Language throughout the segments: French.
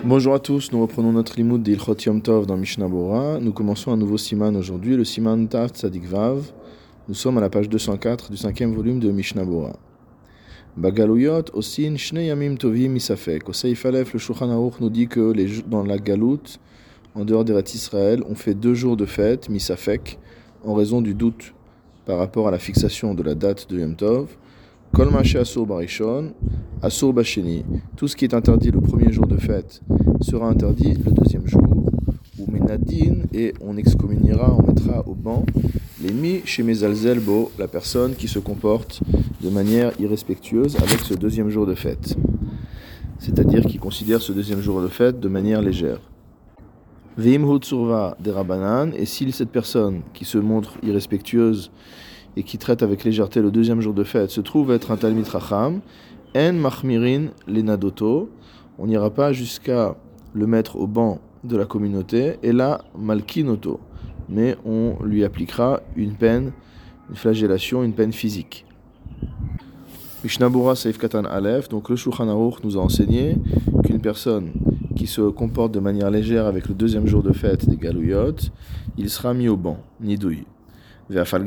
Bonjour à tous, nous reprenons notre limoud d'Ilchot Yom Tov dans Mishnah Bora. Nous commençons un nouveau siman aujourd'hui, le siman Tav Tzadik Vav. Nous sommes à la page 204 du 5e volume de Mishnah Bora. Bagaluyot osin shnei yamim tovim misafek. Au Seif Aleph, le Shulchan Aruch nous dit que dans la galoute, en dehors d'Eretz Israël, on fait 2 jours de fête, misafek, en raison du doute par rapport à la fixation de la date de Yom Tov. Kol ma'aseh asur barishon, asur basheni. Tout ce qui est interdit le premier jour de fête sera interdit le deuxième jour. Ou menadin, et on excommuniera, on mettra au banc l'ennemi chez Mezalzel Bo, la personne qui se comporte de manière irrespectueuse avec ce deuxième jour de fête. C'est-à-dire qui considère ce deuxième jour de fête de manière légère. Veim hu tsurva de Rabanan, et si cette personne qui se montre irrespectueuse et qui traite avec légèreté le deuxième jour de fête se trouve être un Talmid Chacham, en machmirin lenadoto, on n'ira pas jusqu'à le mettre au banc de la communauté, et là malkinoto, mais on lui appliquera une peine, une flagellation, une peine physique. Mishnah Bora Seif Katan Aleph, donc le Shulchan Aruch nous a enseigné qu'une personne qui se comporte de manière légère avec le deuxième jour de fête des Galouyot, il sera mis au banc, nidouille. Bien que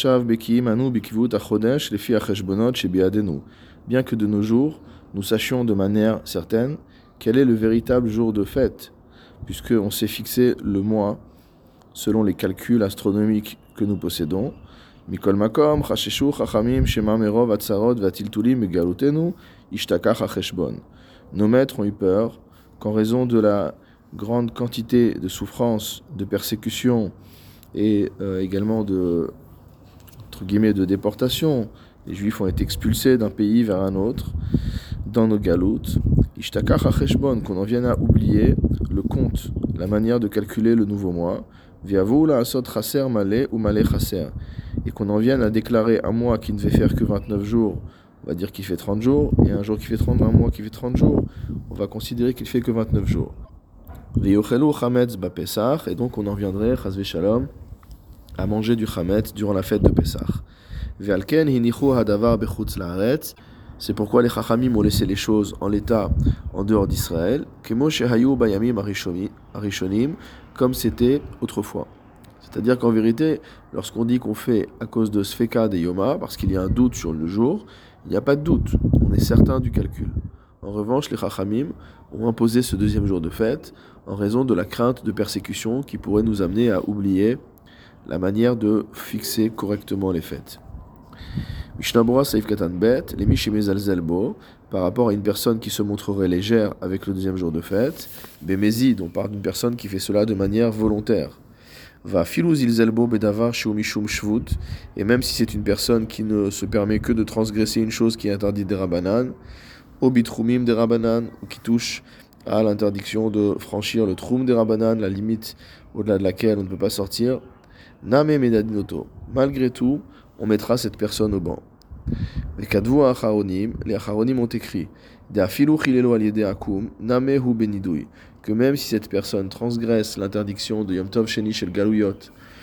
de nos jours, nous sachions de manière certaine quel est le véritable jour de fête, puisqu'on s'est fixé le mois selon les calculs astronomiques que nous possédons. Mikol makom, chasheshu chachamim shema merov atzarot vatiltulim begalutenu ishtakach hacheshbon. Nos maîtres ont eu peur qu'en raison de la grande quantité de souffrances, de persécutions et également de déportation, les Juifs ont été expulsés d'un pays vers un autre dans nos galoutes. Ishtakach hacheshbon, qu'on en vienne à oublier le compte, la manière de calculer le nouveau mois. Viavou la asot chaser malé ou malé chaser, et qu'on en vienne à déclarer un mois qui ne fait faire que 29 jours, on va dire qu'il fait 30 jours, et un jour qui fait 30, un mois qui fait 30 jours, on va considérer qu'il fait que 29 jours. Veyochelu chametz ba Pesach, et donc on en viendrait, chas shalom, à manger du chametz durant la fête de Pesach. Ve'alken hinichu hadavar bechutz la'aretz, c'est pourquoi les chachamim ont laissé les choses en l'état en dehors d'Israël, kemo shehayu bayamim arishonim, comme c'était autrefois. C'est-à-dire qu'en vérité, lorsqu'on dit qu'on fait à cause de Sfeka des Yoma, parce qu'il y a un doute sur le jour, il n'y a pas de doute, on est certain du calcul. En revanche, les Chachamim ont imposé ce deuxième jour de fête en raison de la crainte de persécution qui pourrait nous amener à oublier la manière de fixer correctement les fêtes. Mishnah Bora Seif Katan Bet, les Mishimezal Zelbo, par rapport à une personne qui se montrerait légère avec le deuxième jour de fête, Bemezid, on parle d'une personne qui fait cela de manière volontaire. Va filuzil zelbo bedavar shumishum shvut, et même si c'est une personne qui ne se permet que de transgresser une chose qui est interdite des Rabanan, obitrumim des Rabanan, ou qui touche à l'interdiction de franchir le troum des Rabanan, la limite au-delà de laquelle on ne peut pas sortir, name medadinoto. Malgré tout, on mettra cette personne au banc. Les kadvu acharonim, les acharonim ont écrit d'afilou chilelo aliede akum name hu benidui, que même si cette personne transgresse l'interdiction de Yom Tov Sheni Shel Galouyot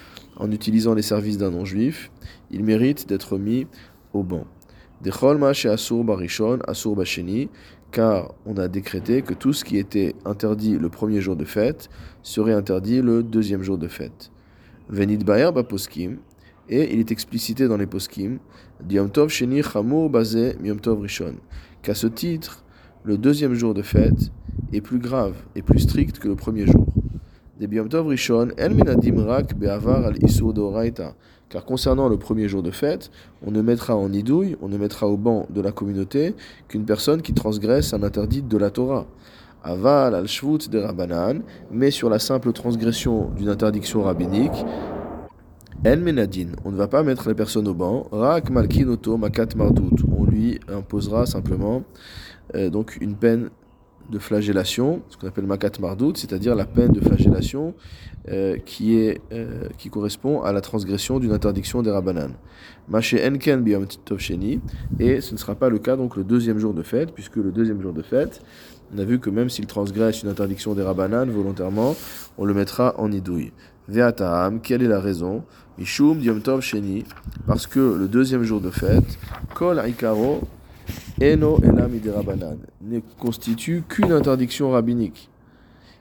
en utilisant les services d'un non-juif, il mérite d'être mis au banc. Dechol ma she asur barishon asur basheni, car on a décrété que tout ce qui était interdit le premier jour de fête serait interdit le deuxième jour de fête. Venid baer ba poskim, et il est explicité dans les poskim, Yom Tov Sheni Chamur Bazé Yom Tov Rishon, qu'à ce titre, le deuxième jour de fête est plus grave et plus strict que le premier jour. Des Yom Tov Rishon, El Menadim Rak Be'avar al Isur d'Oraita, car concernant le premier jour de fête, on ne mettra en nidouille, on ne mettra au banc de la communauté qu'une personne qui transgresse un interdit de la Torah. Aval al Shvut de Rabbanan, mais sur la simple transgression d'une interdiction rabbinique, En Menadin, on ne va pas mettre la personne au banc. Rak Malkinoto Makat Mardout, on lui imposera simplement donc une peine de flagellation, ce qu'on appelle Makat Mardout, c'est-à-dire la peine de flagellation qui correspond à la transgression d'une interdiction des Rabbanan. Maché Enken Biyom Tov Sheni, et ce ne sera pas le cas donc le deuxième jour de fête, puisque le deuxième jour de fête, on a vu que même s'il transgresse une interdiction des Rabbanan volontairement, on le mettra en idouille. Ve'ataham, quelle est la raison? Mishum Yom Tov Sheni, parce que le deuxième jour de fête, Kol Aikaro Eno Elam Iderabanan, ne constitue qu'une interdiction rabbinique.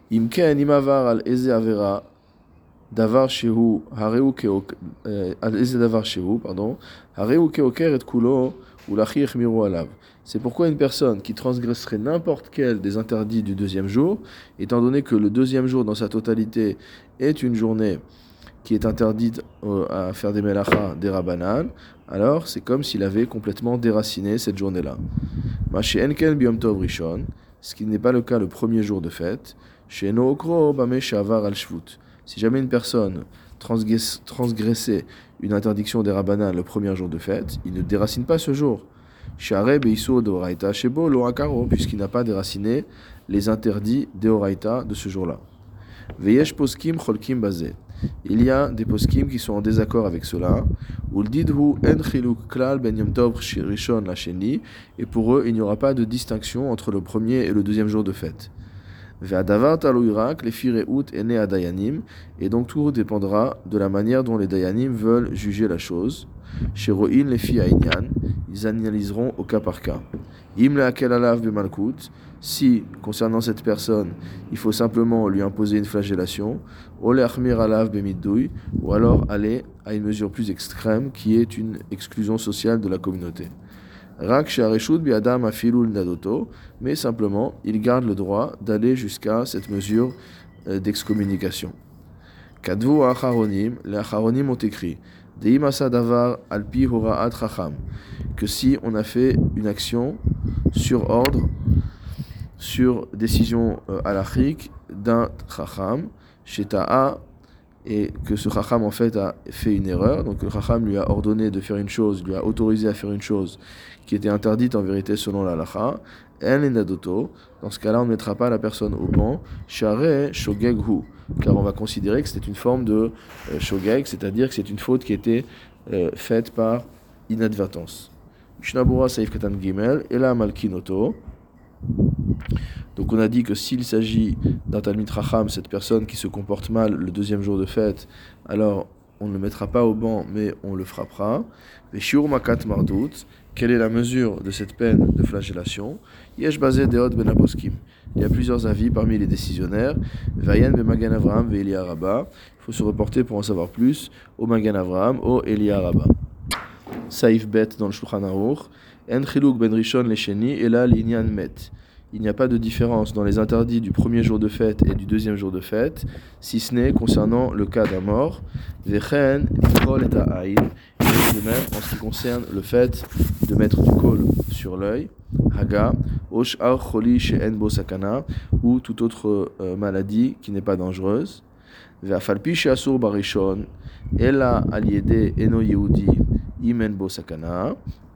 Imken imavar al eze avera davar shehu hareu al eze davar shehu pardon hareu keoker et kulo ou l'achi echmiru alav. C'est pourquoi une personne qui transgresserait n'importe quel des interdits du deuxième jour, étant donné que le deuxième jour dans sa totalité est une journée qui est interdite à faire des melachas, des rabbanan, alors c'est comme s'il avait complètement déraciné cette journée-là. Maché enken biyom tov rishon, ce qui n'est pas le cas le premier jour de fête, chez Nookro bame shavar al shvut. Si jamais une personne transgressait une interdiction des rabbanan le premier jour de fête, il ne déracine pas ce jour. Share beiso d'oraita shebo lo akaro, puisqu'il n'a pas déraciné les interdits d'oraita de ce jour-là. Veyesh poskim cholkim bazé. Il y a des poskim qui sont en désaccord avec cela. Uldidhu en chiluk klal ben yom tov rishon la sheni, et pour eux il n'y aura pas de distinction entre le premier et le deuxième jour de fête. Ve'adavar talouirak les fireout ene adayanim, et donc tout dépendra de la manière dont les dayanim veulent juger la chose. Sheroin les fi aïnyan, ils analyseront au cas par cas. Im le'akel alav b'malkut, si concernant cette personne il faut simplement lui imposer une flagellation, ou le'achmir alav b'middouy, ou alors aller à une mesure plus extrême qui est une exclusion sociale de la communauté. Rak she'areshut bi'adam afilul nadoto, mais simplement il garde le droit d'aller jusqu'à cette mesure d'excommunication. Kadvu acharonim, les acharonim ont écrit Deim asa davar alpi horaat chacham, que si on a fait une action sur ordre, sur décision halachique d'un chacham, sheta'a, et que ce chacham en fait a fait une erreur, donc le chacham lui a ordonné de faire une chose, lui a autorisé à faire une chose qui était interdite en vérité selon la halacha, en enadoto, dans ce cas-là on ne mettra pas la personne au banc, share shogeg hu, car on va considérer que c'est une forme de shogeg, c'est-à-dire que c'est une faute qui était faite par inadvertance. Mishnabura saif katan gimel, ela malkinoto. Donc on a dit que s'il s'agit d'un talmid chacham, cette personne qui se comporte mal le deuxième jour de fête, alors on ne le mettra pas au banc, mais on le frappera. Veshiur makat mardout, quelle est la mesure de cette peine de flagellation? Yesh bazé deot ben aposkim. Il y a plusieurs avis parmi les décisionnaires. Vayen be Magen Avraham ve Elia Rabba. Il faut se reporter pour en savoir plus au Magen Avraham, au Elia Rabba. Saif bet dans le Shulchan Aruch. En chiluk ben rishon lesheni ela l'inyan met. Il n'y a pas de différence dans les interdits du premier jour de fête et du deuxième jour de fête, si ce n'est concernant le cas d'un mort. Vechen kol et ha'aïn, et de même en ce qui concerne le fait de mettre du kol sur l'œil, haga, osh ar choli she'en bo sakana, ou toute autre maladie qui n'est pas dangereuse. Ve'afalpi she'asur barishon, ela al yede eno yehudi imen bo sakana.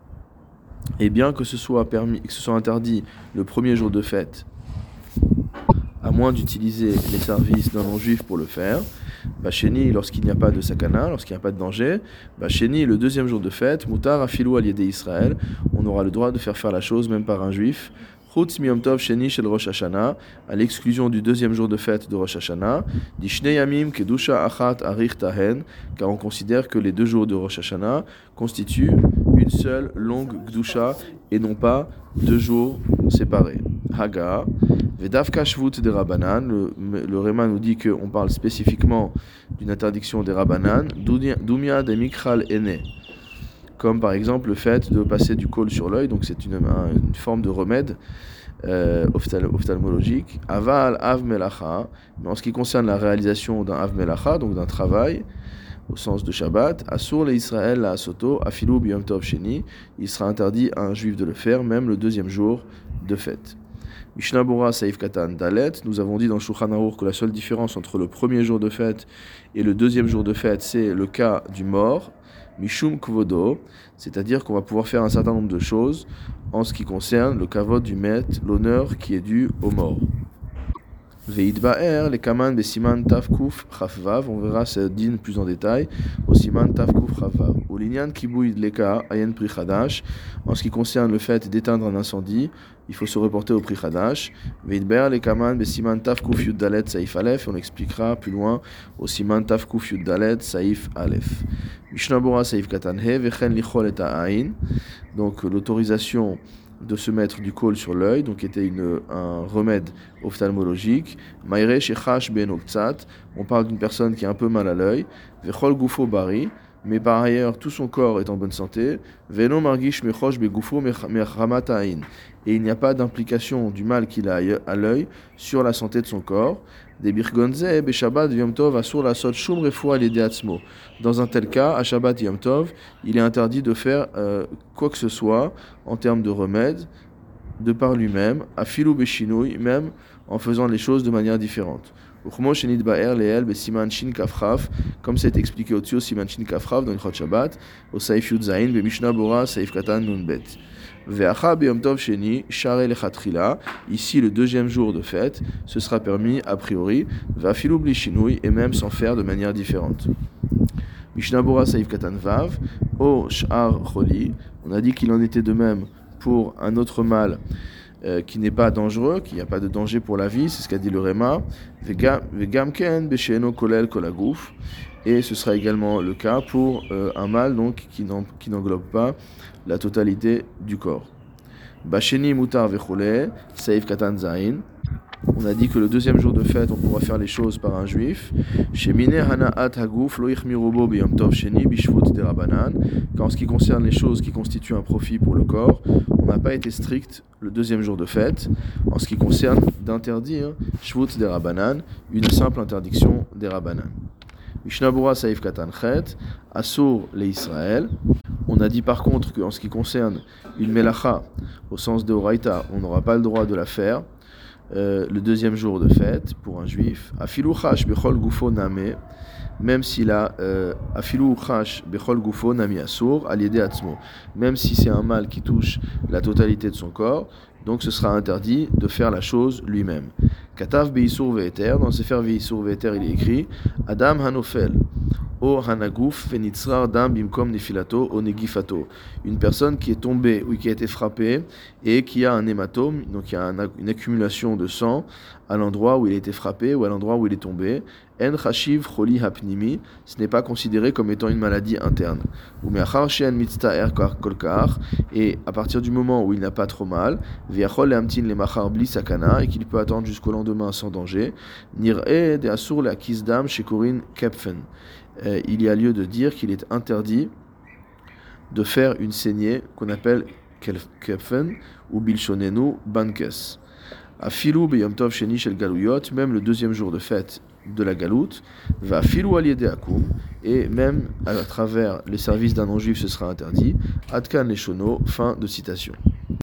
Et bien que ce soit permis, que ce soit interdit le premier jour de fête, à moins d'utiliser les services d'un non-juif pour le faire, Bacheni, lorsqu'il n'y a pas de sakana, lorsqu'il n'y a pas de danger, Bacheni, le deuxième jour de fête, Mutar afilou al yedei Israël, on aura le droit de faire la chose même par un juif. Chutz miyom tov sheni shel Rosh Hashanah, à l'exclusion du deuxième jour de fête de Rosh Hashanah, dishnei yamim kedusha achat arich tahen, car on considère que les 2 jours de Rosh Hashanah constituent une seule longue gdusha et non pas 2 jours séparés. Haga, vedavka shvut de Rabbanan, le Réma nous dit qu'on parle spécifiquement d'une interdiction des Rabbanan, dumia de mikral ene, comme par exemple le fait de passer du kol sur l'œil, donc c'est une forme de remède ophtalmologique. Aval av melacha, mais en ce qui concerne la réalisation d'un av melacha, donc d'un travail, au sens de Shabbat, Asur le Israël la Asoto, Afilou biyom tov sheni, il sera interdit à un juif de le faire, même le deuxième jour de fête. Mishnah Bora Saif Katan Dalet, nous avons dit dans Shulchan Aruch que la seule différence entre le premier jour de fête et le deuxième jour de fête, c'est le cas du mort, Mishum Kvodo, c'est-à-dire qu'on va pouvoir faire un certain nombre de choses en ce qui concerne le kavod du maître, l'honneur qui est dû au mort. Veidba'er, les kaman besiman tafkuf chafvav, on verra ce din plus en détail, au siman tafkuf chafvav. Au linyan kibouid leka ayen pri chadash, en ce qui concerne le fait d'éteindre un incendie, il faut se reporter au pri chadash. Veidba'er, les kaman besiman tafkuf yuddalet saif alef, on expliquera plus loin au siman tafkuf yuddalet saif alef. Mishnah Bora saif katan he, vechen lichol et ha'ain, donc l'autorisation de se mettre du kohl sur l'œil, donc était un remède ophtalmologique. Maire shechash ben oktsat, on parle d'une personne qui a un peu mal à l'œil. Vechol gufo bari, mais par ailleurs tout son corps est en bonne santé. Veno margish mechosh begufo mechamat ha'in, et il n'y a pas d'implication du mal qu'il a à l'œil sur la santé de son corps. Des birgonze be Shabbat Yom Tov asur la sot shum refoua l'idée atzmo. Dans un tel cas, à Shabbat Yom Tov, il est interdit de faire quoi que ce soit en termes de remède de par lui-même, à filou beshinouy, même en faisant les choses de manière différente. Uchmo shenit ba'er leel be siman shin kafraf, comme c'est expliqué au-dessus au siman shin kafraf dans le Chot Shabbat, au saif yud zayin be Mishnah Bora saif katan nun bet. Ve'acha b'yom tov sheni share lechatrila. Ici, le deuxième jour de fête, ce sera permis a priori. Ve'afilu bli shinui, et même sans faire de manière différente. Mishnah Bora saif katan vav o sh'ar choli. On a dit qu'il en était de même pour un autre mal qui n'est pas dangereux, qu'il n'y a pas de danger pour la vie, c'est ce qu'a dit le Réma. Vegamken besheno kolel kolagouf. Et ce sera également le cas pour un mal donc qui n'englobe pas la totalité du corps. Basheni mutar vechole saif katan zain. On a dit que le deuxième jour de fête, on pourra faire les choses par un juif. Shemine hanaat haguf lo ichmirubo biyom tov sheni bishvut derabanan. Car en ce qui concerne les choses qui constituent un profit pour le corps, on n'a pas été strict le deuxième jour de fête. En ce qui concerne d'interdire shvut derabanan, une simple interdiction derabanan. Mishnah Bura saif katan chet asur le Israël. On a dit par contre qu'en ce qui concerne une melacha, au sens de oraita, on n'aura pas le droit de la faire. Le deuxième jour de fête pour un juif, afilu chash bechol gufo name, même s'il a afilu chash bechol gufo nami asur aliede atzmo, même si c'est un mal qui touche la totalité de son corps, donc ce sera interdit de faire la chose lui-même. Katav beisur ve'eter, dans le Sefer beisur ve'eter il est écrit Adam hanofel o hanaguf venitzrar dam bimkom nefilato o negifato, une personne qui est tombée ou qui a été frappée et qui a un hématome, donc il y a une accumulation de sang à l'endroit où il a été frappé ou à l'endroit où il est tombé. En chashiv choli hapnimi, ce n'est pas considéré comme étant une maladie interne. Ou me'achar she'en mitzta'er kolkar, et à partir du moment où il n'a pas trop mal, viachol le'amtin le'machar bli sakana, et qu'il peut attendre jusqu'au lendemain sans danger, nir'e de asur le'akizdam shekorin kepfen. Il y a lieu de dire qu'il est interdit de faire une saignée qu'on appelle kepfen ou bilshonenu bankes. Afilu beyom tov sheni shel galuyot, même le deuxième jour de fête de la galoute, va afilu aliede akum, et même à travers les services d'un non-juif ce sera interdit. Adkan leshono, fin de citation.